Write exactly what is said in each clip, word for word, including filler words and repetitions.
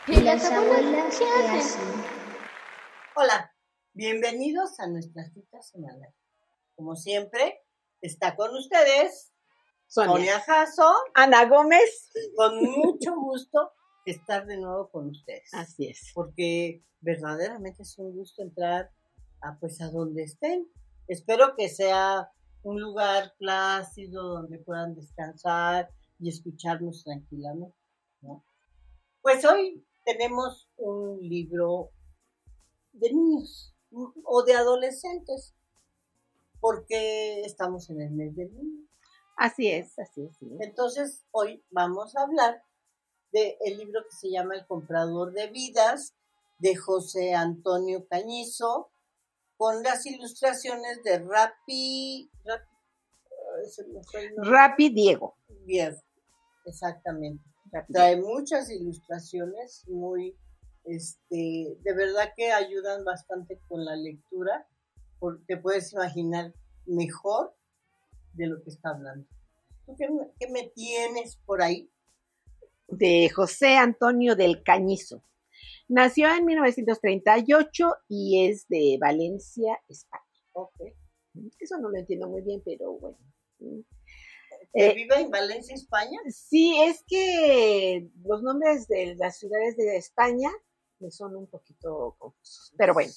¿Y las abuelas qué hacen? Hola, bienvenidos a nuestra cita semanal. Como siempre, está con ustedes Sonia, Sonia Jasso, Ana Gómez. Con mucho gusto estar de nuevo con ustedes. Así es. Porque verdaderamente es un gusto entrar a, pues, a donde estén. Espero que sea un lugar plácido donde puedan descansar y escucharnos tranquilamente, ¿no? Pues hoy tenemos un libro de niños o de adolescentes, porque estamos en el mes del niño. Así es, así es. Sí. Entonces, hoy vamos a hablar del libro que se llama El comprador de vidas, de José Antonio Cañizo, con las ilustraciones de Rapi... Rapi, Rapi Diego. Bien, exactamente. Rapi Trae Diego. muchas ilustraciones muy... Este, de verdad que ayudan bastante con la lectura, porque te puedes imaginar mejor de lo que está hablando. ¿Tú qué, qué me tienes por ahí? De José Antonio del Cañizo. Nació en mil novecientos treinta y ocho y es de Valencia, España. Okay. Eso no lo entiendo muy bien, pero bueno. ¿Que eh, vive en Valencia, España? Sí, es que los nombres de las ciudades de España me son un poquito confusos, pero bueno.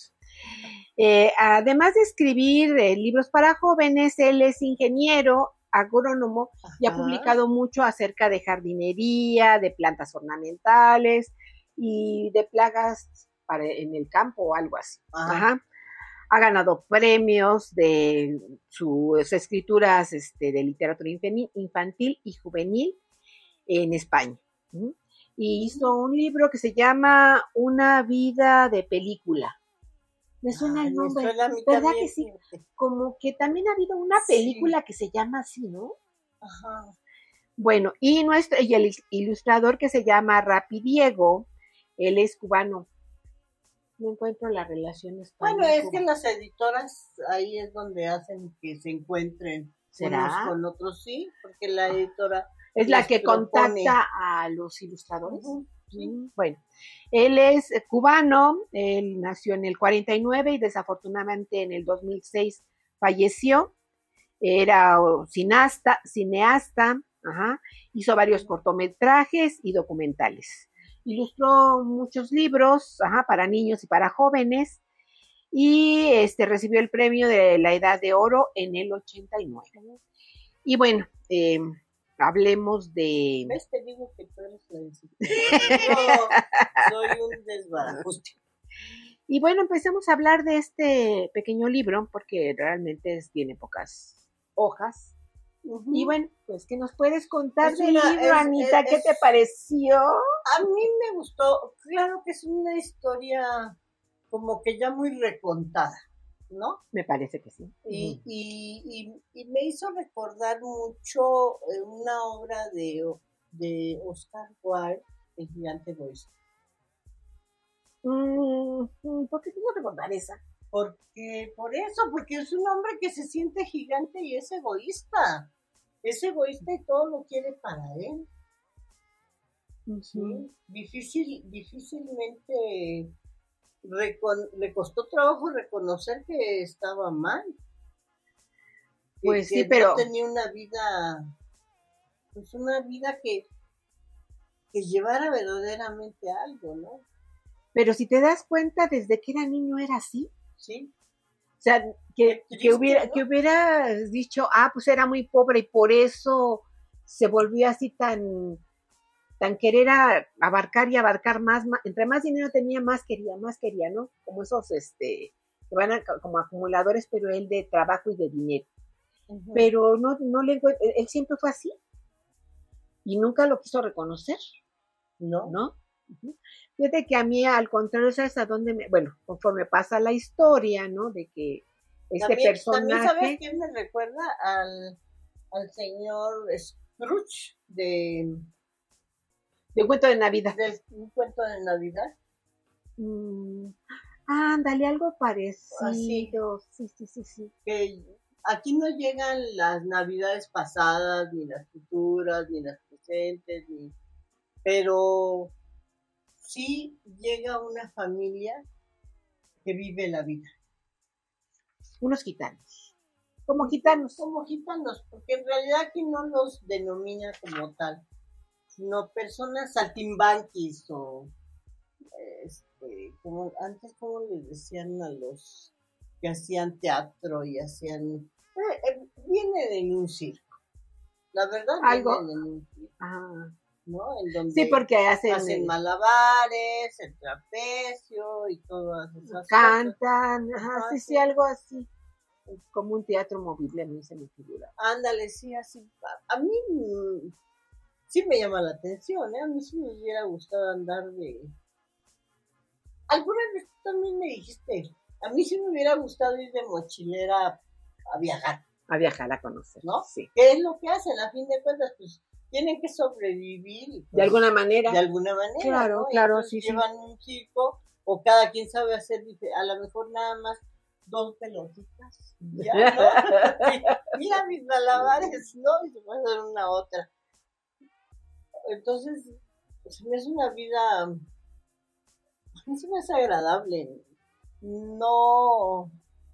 Eh, además de escribir eh, libros para jóvenes, él es ingeniero, agrónomo. Ajá. Y ha publicado mucho acerca de jardinería, de plantas ornamentales y de plagas para, en el campo o algo así. Ajá. Ajá. Ha ganado premios de sus escrituras este, de literatura infantil y juvenil en España. ¿Mm? Y hizo un libro que se llama Una vida de película. Me suena Ay, el nombre, suena ¿verdad que sí? Como que también ha habido una película sí. que se llama así, ¿no? Ajá. Bueno, y nuestro y el ilustrador que se llama Rapi Diego, él es cubano. No encuentro la relación española. Bueno, es que las editoras ahí es donde hacen que se encuentren ¿Será? unos con otros, sí, porque la editora es la que propone. Contacta a los ilustradores. Uh-huh. Sí. Bueno, él es cubano, él nació en el cuarenta y nueve y desafortunadamente en el dos mil seis falleció. Era cineasta, cineasta, ajá, hizo varios cortometrajes y documentales. Ilustró muchos libros, ajá, para niños y para jóvenes y este, recibió el premio de la Edad de Oro en el ochenta y nueve. Y bueno, eh, hablemos de... ¿Ves? Te digo que tú eres la disciplina. Yo soy un desbarajuste. Y bueno, empecemos a hablar de este pequeño libro, porque realmente es, tiene pocas hojas. Uh-huh. Y bueno, pues, ¿qué nos puedes contar es del una, libro, es, Anita? Es, ¿Qué es, te pareció? A mí me gustó. Claro que es una historia como que ya muy recontada, ¿no? Me parece que sí. Y, uh-huh. y, y, y me hizo recordar mucho una obra de, de Oscar Wilde, El gigante egoísta. Mm, ¿Por qué tengo que recordar esa? Porque, por eso, porque es un hombre que se siente gigante y es egoísta. Es egoísta y todo lo quiere para él. Uh-huh. ¿Sí? Difícil, difícilmente recon- le costó trabajo reconocer que estaba mal. Pues que sí, pero no tenía una vida, pues una vida que, que llevara verdaderamente algo, ¿no? Pero si te das cuenta, desde que era niño era así. Sí. O sea, que, triste, que, hubiera, ¿no? que hubieras dicho, ah, pues era muy pobre y por eso se volvió así tan, tan querer a, abarcar y abarcar más, más. Entre más dinero tenía, más quería, más quería, ¿no? Como esos, este, que van a, como acumuladores, pero él de trabajo y de dinero. Uh-huh. Pero no, no le, él siempre fue así. Y nunca lo quiso reconocer. ¿No? ¿No? Uh-huh. Fíjate que a mí, al contrario, ¿sabes a dónde me...? Bueno, conforme pasa la historia, ¿no? De que este también, personaje... También, ¿sabes quién me recuerda? Al, al señor Scrooge de... De un cuento de Navidad. De un cuento de Navidad. Mm, ándale, algo parecido. Así. Sí, sí, sí, sí. Que aquí no llegan las Navidades pasadas, ni las futuras, ni las presentes, ni... pero... sí llega una familia que vive la vida. Unos gitanos. Como gitanos. Como gitanos, porque en realidad aquí no los denomina como tal, sino personas saltimbanquis o, este, como antes, como les decían a los que hacían teatro y hacían, eh, eh, vienen en un circo, la verdad, ¿Algo? vienen en un circo, Ah. ¿no? En donde Sí, porque hacen, hacen el- malabares, el trapecio y todas esas cosas. cantan, ajá, Ajá, sí, sí. sí, algo así. Como un teatro movible, a mí se me figura. Ándale, sí, así. A, a mí mm, sí me llama la atención, ¿eh? A mí sí me hubiera gustado andar de... Alguna vez tú también me dijiste, a mí sí me hubiera gustado ir de mochilera a, a viajar, A viajar, a conocer, ¿no? sí. ¿Qué es lo que hacen? A fin de cuentas, pues tienen que sobrevivir. y, pues, De alguna manera. De alguna manera, Claro, ¿no? Y claro, entonces sí, sí. llevan un circo o cada quien sabe hacer, dife- a lo mejor nada más dos pelotitas. Ya, ¿no? Sí, mira mis malabares, ¿no? Y se puede hacer una otra. Entonces, se me hace una vida, a mí se me hace agradable. No,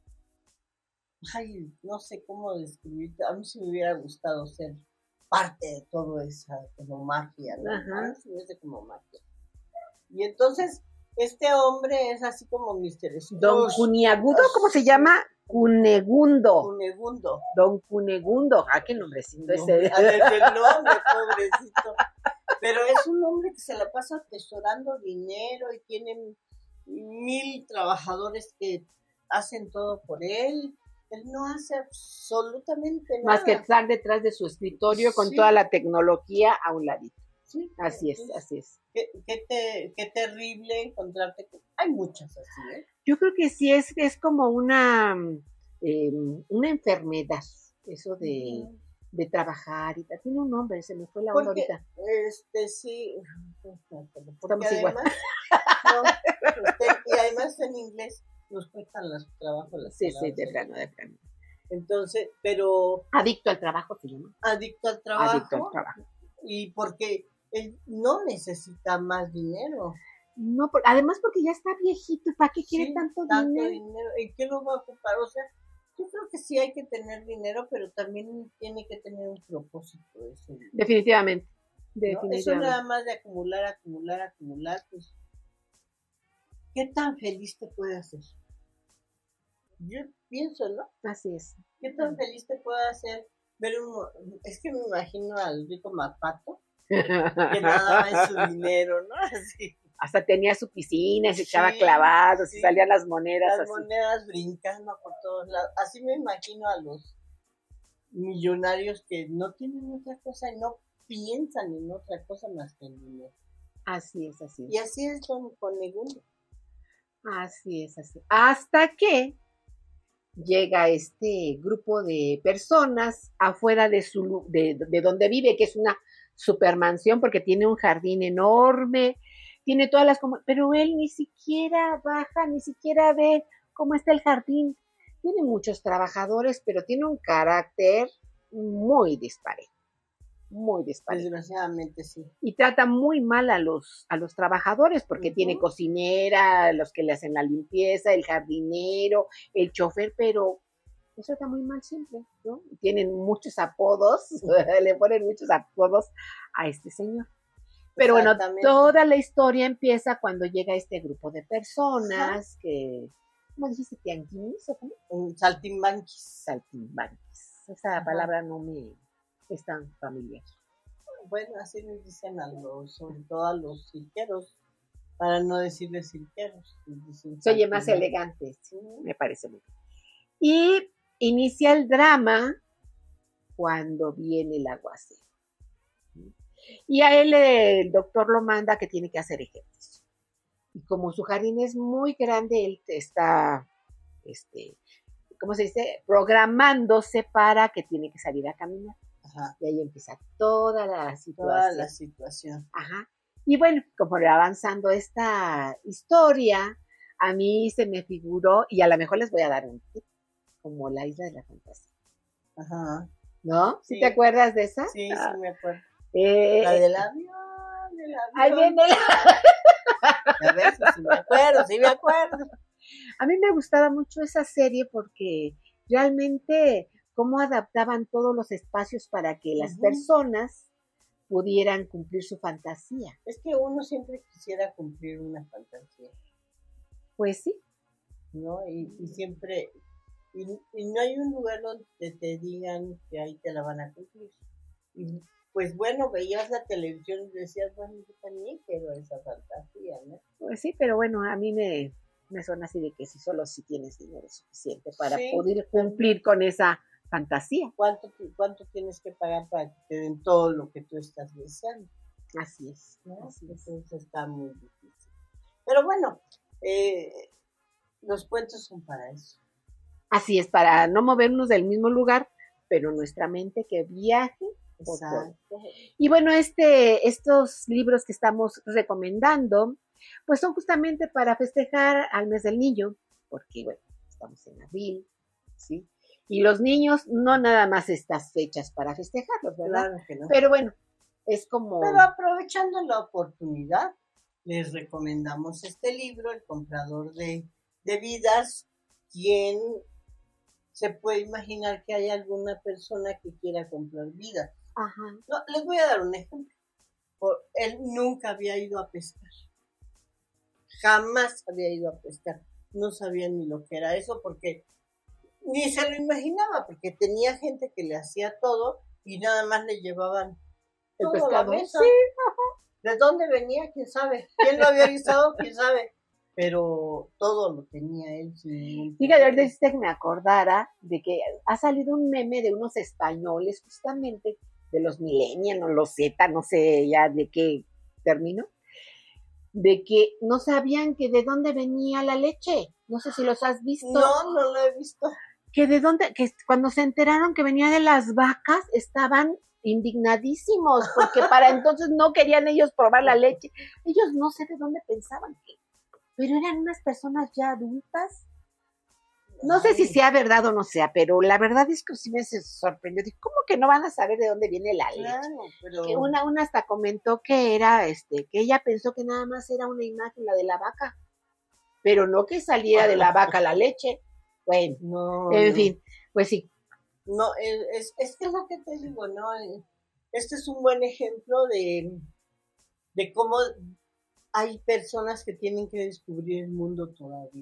ay, no sé cómo describir. A mí sí me hubiera gustado ser parte de todo esa como magia, ¿no? Ajá. A mí sí me hace como magia. Y entonces, este hombre es así como mister Don Scrooge. Cuniagudo, ¿cómo se llama? Cunegundo. Cunegundo. Don Cunegundo. Ah, qué nombrecito ese. A desde el nombre, pobrecito. Pero es un hombre que se la pasa atesorando dinero y tiene mil trabajadores que hacen todo por él. Él no hace absolutamente nada. Más que estar detrás de su escritorio con Sí. toda la tecnología a un ladito. Sí, Así es, entonces, así es. Qué, qué, te, qué terrible encontrarte con... Hay muchas así, ¿eh? Yo creo que sí es, es como una, eh, una enfermedad, eso de, Ujú. de trabajar y tal. Tiene un nombre, se me fue la onda Porque, ahorita. este, sí, porque Estamos igual. además, no, este, y además en inglés nos cuestan los trabajos las Sí, sí, palabras, de ¿eh? plano, de plano. Entonces, pero Adicto al trabajo se llama. adicto al trabajo, Adicto al trabajo. y porque él no necesita más dinero. No, por- además porque ya está viejito, ¿para qué quiere Sí, tanto, tanto dinero? dinero. ¿En qué lo va a ocupar? O sea, yo creo que sí hay que tener dinero, pero también tiene que tener un propósito ese dinero, Definitivamente, ¿no? definitivamente. Eso nada más de acumular, acumular, acumular, pues, ¿qué tan feliz te puede hacer? Yo pienso, ¿no? Así es. ¿Qué tan feliz te puede hacer ver un... Es que me imagino al rico Mapato, que nada más es su dinero, ¿no? Así. Hasta tenía su piscina, se Sí, echaba clavados, sí. y salían las monedas Las así. monedas brincando por todos lados. Así me imagino a los millonarios que no tienen otra cosa y no piensan en otra cosa más que en dinero. Así es, así es. Y así es con, con Negundo. Así es, así. Hasta que llega este grupo de personas afuera de su lu- de, de donde vive, que es una supermansión porque tiene un jardín enorme, tiene todas las como, pero él ni siquiera baja, ni siquiera ve cómo está el jardín. Tiene muchos trabajadores, pero tiene un carácter muy disparejo, muy disparejo. Desgraciadamente sí. Y trata muy mal a los, a los trabajadores porque Ujú. tiene cocinera, los que le hacen la limpieza, el jardinero, el chofer, pero los trata muy mal siempre, ¿no? Tienen muchos apodos, le ponen muchos apodos a este señor. Pero bueno, Exactamente. toda la historia empieza cuando llega este grupo de personas que, ¿cómo dijiste? ¿Tianguis o cómo? Un saltimbanquis. Saltimbanquis. Esa Ajá. palabra no me es tan familiar. Bueno, así les dicen a los, sobre todo a los cirqueros, para no decirles cirqueros. les dicen Se oye más saltimbanquis. elegante, sí, me parece muy bien. Y inicia el drama cuando viene el aguacero. Y a él eh, el doctor lo manda que tiene que hacer ejercicio. Y como su jardín es muy grande, él está, este, ¿cómo se dice? Programándose para que tiene que salir a caminar. Ajá. Y ahí empieza toda la situación. Toda la situación. Ajá. Y bueno, como va avanzando esta historia, a mí se me figuró, y a lo mejor les voy a dar un tip, como la isla de la fantasía. Ajá. ¿No? ¿Sí, Sí. te acuerdas de esa? Sí, Ah, sí me acuerdo. eh, La del avión, del avión. Ahí viene. acuerdo, sí me acuerdo. A mí me gustaba mucho esa serie porque realmente cómo adaptaban todos los espacios para que las Ujú. personas pudieran cumplir su fantasía. Es que uno siempre quisiera cumplir una fantasía, Pues sí, ¿no? Y, y siempre, y, y no hay un lugar donde te digan que ahí te la van a cumplir. Y pues bueno, veías la televisión y decías, bueno, yo también quiero esa fantasía, ¿no? pues sí, pero bueno, a mí me, me suena así de que si solo si tienes dinero suficiente para Sí. poder cumplir con esa fantasía. ¿Cuánto, ¿Cuánto tienes que pagar para que te den todo lo que tú estás deseando? Así es, ¿No? así es. Entonces está muy difícil. Pero bueno, eh, los cuentos son para eso. Así es, para no movernos del mismo lugar, pero nuestra mente que viaje. por todo. Exacto. Y bueno, este, estos libros que estamos recomendando, pues son justamente para festejar al mes del niño, porque bueno, estamos en abril, ¿sí? Y los niños no nada más estas fechas para festejarlos, ¿verdad? Claro que no. Pero bueno, es como... Pero aprovechando la oportunidad, les recomendamos este libro, El comprador de, de vidas. ¿Quién se puede imaginar que hay alguna persona que quiera comprar vidas? Ajá. No, les voy a dar un ejemplo. Por, él nunca había ido a pescar. Jamás había ido a pescar. No sabía ni lo que era eso porque ni se lo imaginaba, porque tenía gente que le hacía todo y nada más le llevaban El todo pescado. a la mesa. Sí. ¿De dónde venía? ¿Quién sabe? ¿Quién lo había avisado? ¿Quién sabe? Pero todo lo tenía él sin ningún Fíjate, problema. ahorita hiciste que me acordara de que ha salido un meme de unos españoles, justamente de los millennials, o los Z, no sé ya de qué término, de que no sabían que de dónde venía la leche. No sé si los has visto. No, no lo he visto. Que de dónde, que cuando se enteraron que venía de las vacas, estaban indignadísimos, porque para entonces no querían ellos probar la leche. Ellos no sé de dónde pensaban que, pero eran unas personas ya adultas. No sé si sea verdad o no sea, pero la verdad es que sí me sorprendió. Dije, ¿cómo que no van a saber de dónde viene la leche? Claro, pero... Que una, una hasta comentó que era, este, que ella pensó que nada más era una imagen, la de la vaca, pero no que saliera de la vaca la leche. Bueno, No, en no. fin, pues sí. No, es, es que es lo que te digo, ¿no? Este es un buen ejemplo de, de cómo hay personas que tienen que descubrir el mundo todavía.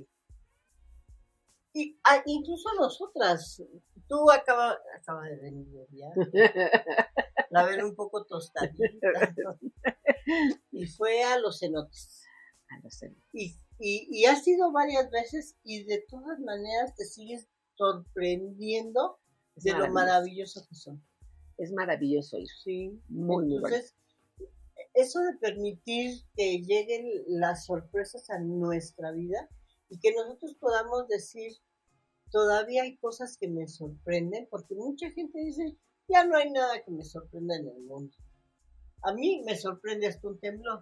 Y ah, incluso nosotras, tú acaba, acaba de venir de viaje, la ver un poco tostadita, ¿no? Y fue a los cenotes. A los cenotes. Y, y, y has ido varias veces y de todas maneras te sigues sorprendiendo Es de lo maravilloso. maravilloso que son. Es maravilloso ir. Sí, Muy, muy entonces, eso de permitir que lleguen las sorpresas a nuestra vida y que nosotros podamos decir, todavía hay cosas que me sorprenden, porque mucha gente dice, ya no hay nada que me sorprenda en el mundo. A mí me sorprende hasta un temblor.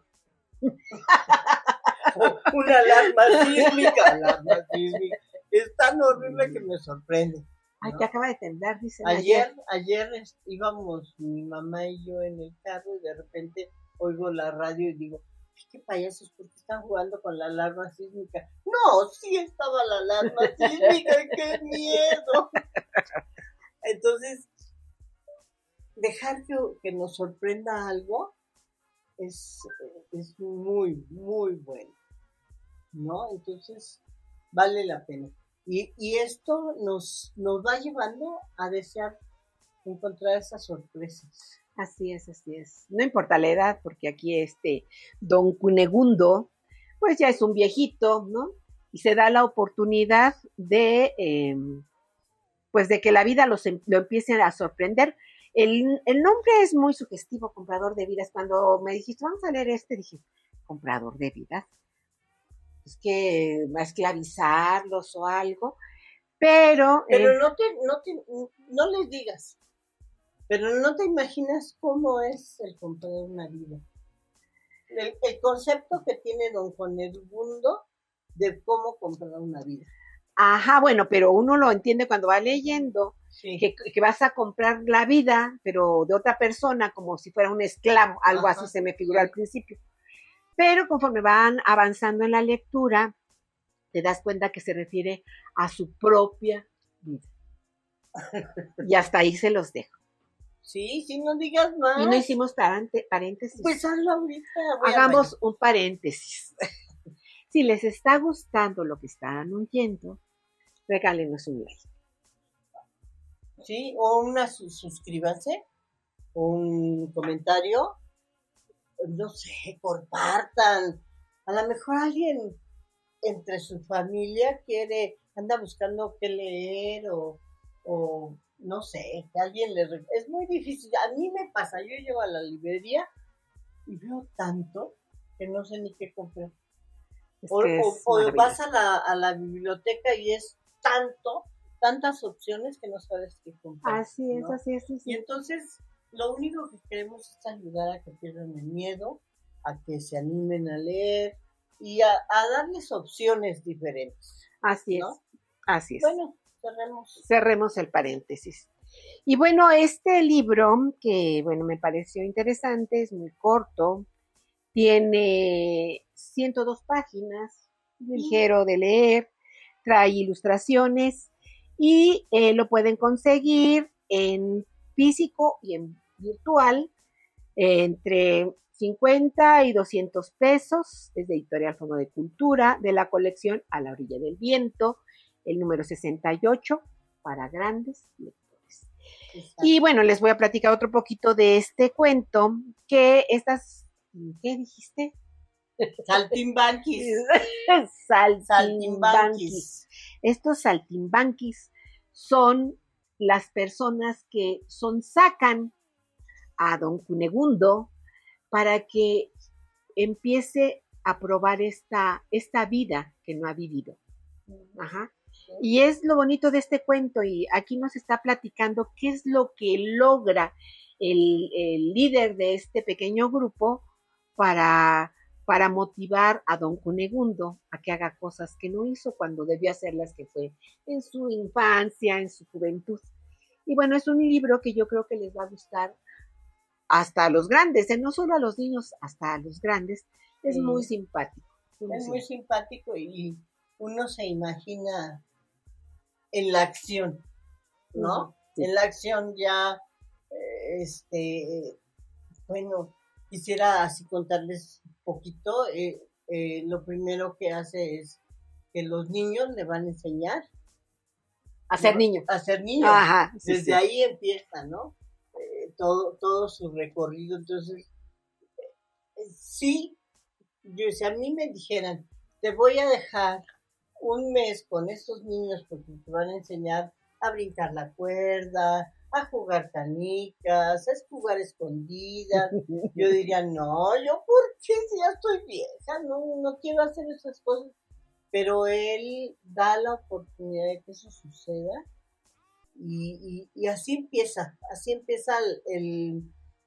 O una alarma sísmica, alarma sísmica. Es tan horrible que me sorprende. Ay, ¿no? que acaba de temblar, dicen Ayer, ayer íbamos mi mamá y yo en el carro y de repente oigo la radio y digo, qué payasos, ¿por qué están jugando con la alarma sísmica? No, sí estaba la alarma sísmica, qué miedo. Entonces, dejar que, que nos sorprenda algo es, es muy, muy bueno, ¿no? Entonces, vale la pena. Y, y esto nos, nos va llevando a desear encontrar esas sorpresas. Así es, así es. No importa la edad, porque aquí este don Cunegundo, pues ya es un viejito, ¿no? Y se da la oportunidad de, eh, pues de que la vida los, lo empiece a sorprender. El, el nombre es muy sugestivo, Comprador de Vidas. Cuando me dijiste, vamos a leer este, dije, ¿Comprador de Vidas? Es que va a esclavizarlos o algo, pero... Pero eh, no, te, no, te, no les digas, pero no te imaginas cómo es el comprar una vida. El, el concepto que tiene don Cunegundo de cómo comprar una vida. Ajá, bueno, pero uno lo entiende cuando va leyendo, Sí. que, que vas a comprar la vida, pero de otra persona, como si fuera un esclavo, algo Ajá. así se me figuró al principio. Pero conforme van avanzando en la lectura, te das cuenta que se refiere a su propia vida. Y hasta ahí se los dejo. Sí, sí, no digas más. Y no hicimos parante, paréntesis. Pues hazlo ahorita. Voy Hagamos un paréntesis. Si les está gustando lo que están oyendo, regálenos un like. Sí, o una su- suscríbanse, un comentario, no sé, compartan. A lo mejor alguien entre su familia quiere, anda buscando qué leer o, o no sé, que alguien le... re- Es muy difícil, a mí me pasa, yo llego a la librería y veo tanto que no sé ni qué comprar. Es O, que o- es o maravilloso. vas a la, a la biblioteca y es tanto, tantas opciones que no sabes qué comprar. Así es, ¿no? así es, así Y es. entonces lo único que queremos es ayudar a que pierdan el miedo, a que se animen a leer y a, a darles opciones diferentes. Así es, ¿no? así es. Bueno, cerremos. Cerremos el paréntesis. Y bueno, este libro, que bueno, me pareció interesante, es muy corto, tiene ciento dos páginas, ligero de leer, trae ilustraciones y eh, lo pueden conseguir en físico y en virtual eh, entre cincuenta y doscientos pesos, es de Editorial Fondo de Cultura, de la colección A la orilla del viento, el número sesenta y ocho, para grandes lectores. Exacto. Y bueno, les voy a platicar otro poquito de este cuento, que estas, ¿qué dijiste? Saltimbanquis. Saltimbanquis. Saltimbanquis. Estos saltimbanquis son las personas que son, sacan a don Cunegundo para que empiece a probar esta, esta vida que no ha vivido. Ajá. Y es lo bonito de este cuento, y aquí nos está platicando qué es lo que logra el, el líder de este pequeño grupo para, para motivar a don Cunegundo a que haga cosas que no hizo cuando debió hacerlas, que fue en su infancia, en su juventud. Y bueno, es un libro que yo creo que les va a gustar hasta a los grandes, ¿eh? No solo a los niños, hasta a los grandes. Es Sí. muy simpático. Muy Es muy simpático. simpático y uno se imagina en la acción, ¿no? Ujú, sí. En la acción ya, eh, este, bueno, quisiera así contarles un poquito. Eh, eh, lo primero que hace es que los niños le van a enseñar A ser ¿no? niño. a ser niños. Ajá, sí, Desde sí. ahí empieza, ¿no? Eh, todo, todo su recorrido. Entonces, eh, sí, yo, si a mí me dijeran, te voy a dejar un mes con estos niños porque te van a enseñar a brincar la cuerda, a jugar canicas, a jugar escondidas, yo diría, no, yo por qué si ya estoy vieja, no, no quiero hacer esas cosas. Pero él da la oportunidad de que eso suceda y, y, y así empieza, así empieza el, el,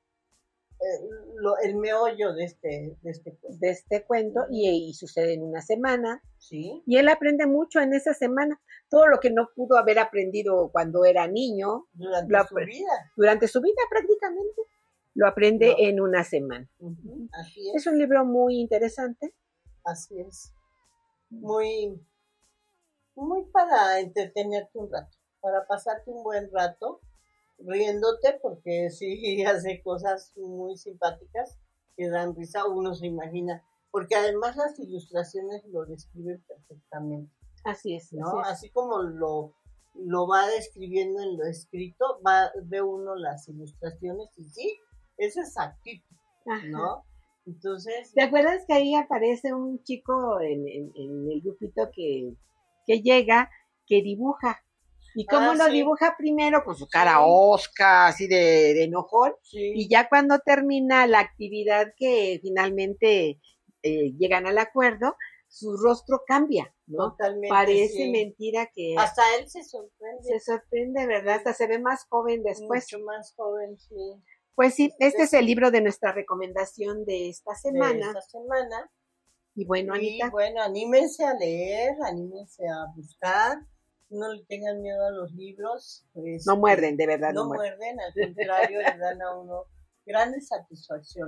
el, lo, el meollo de este, de este cuento. De este cuento, y, y sucede en una semana. ¿Sí? Y él aprende mucho en esa semana. Todo lo que no pudo haber aprendido cuando era niño, Durante lo su apre- vida. durante su vida prácticamente, lo aprende No. en una semana. Uh-huh. Así es. Es un libro muy interesante. Así es. Muy, muy para entretenerte un rato, para pasarte un buen rato, riéndote, porque sí hace cosas muy simpáticas que dan risa, uno se imagina, porque además las ilustraciones lo describen perfectamente, Así es, ¿no? así es. Así como lo, lo va describiendo en lo escrito, va, ve uno las ilustraciones y sí, es exactito, Ajá. ¿no? Entonces, ¿Te acuerdas que ahí aparece un chico en, en, en el grupito que, que llega, que dibuja? ¿Y cómo Ah, lo sí. dibuja primero? Con su cara Sí. osca, así de, de enojón. sí, Y ya cuando termina la actividad, que finalmente eh, llegan al acuerdo, su rostro cambia, ¿no? totalmente. Parece sí. mentira que Hasta él se sorprende. se sorprende, ¿verdad? Hasta se ve más joven después. Mucho más joven, sí. Pues sí, este es el libro de nuestra recomendación de esta De semana. esta semana. Y bueno, Y Anita, bueno, anímense a leer, anímense a buscar. No le tengan miedo a los libros. Pues, no muerden, de verdad, no, No muerden. muerden, al contrario, le dan a uno grandes satisfacciones.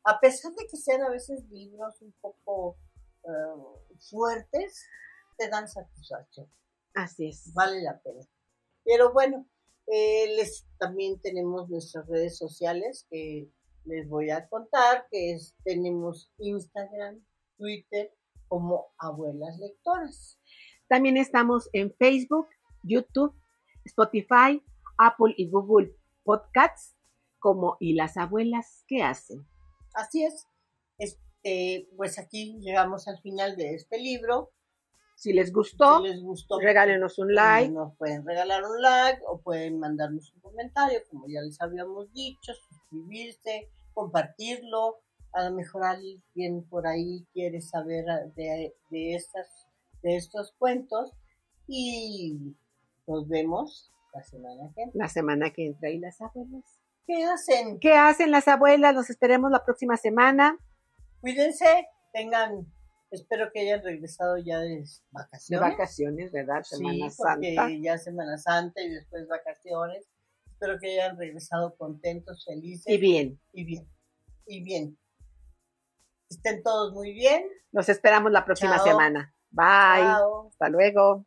a pesar de que sean a veces libros un poco uh, fuertes, te dan satisfacción. Así es. Vale la pena. Pero bueno, eh, les, también tenemos nuestras redes sociales que les voy a contar, que es, tenemos Instagram, Twitter, como Abuelas Lectoras. También estamos en Facebook, YouTube, Spotify, Apple y Google Podcasts, como ¿Y las abuelas qué hacen? Así es. Este, pues aquí llegamos al final de este libro. Si les gustó, si les gustó regálenos un like. Nos pueden regalar un like o pueden mandarnos un comentario, como ya les habíamos dicho, suscribirse, compartirlo. A lo mejor alguien por ahí quiere saber de, de, estas, de estos cuentos y nos vemos la semana que entra. La semana que entra. ¿Y las abuelas? ¿Qué hacen? ¿Qué hacen las abuelas? Nos esperemos la próxima semana. Cuídense, tengan... Espero que hayan regresado ya de vacaciones. De vacaciones, ¿verdad? Semana sí, porque Santa. ya Semana Santa y después vacaciones. Espero que hayan regresado contentos, felices. Y bien. Y bien. Y bien. Estén todos muy bien. Nos esperamos la próxima Chao. semana. Bye. Chao. Hasta luego.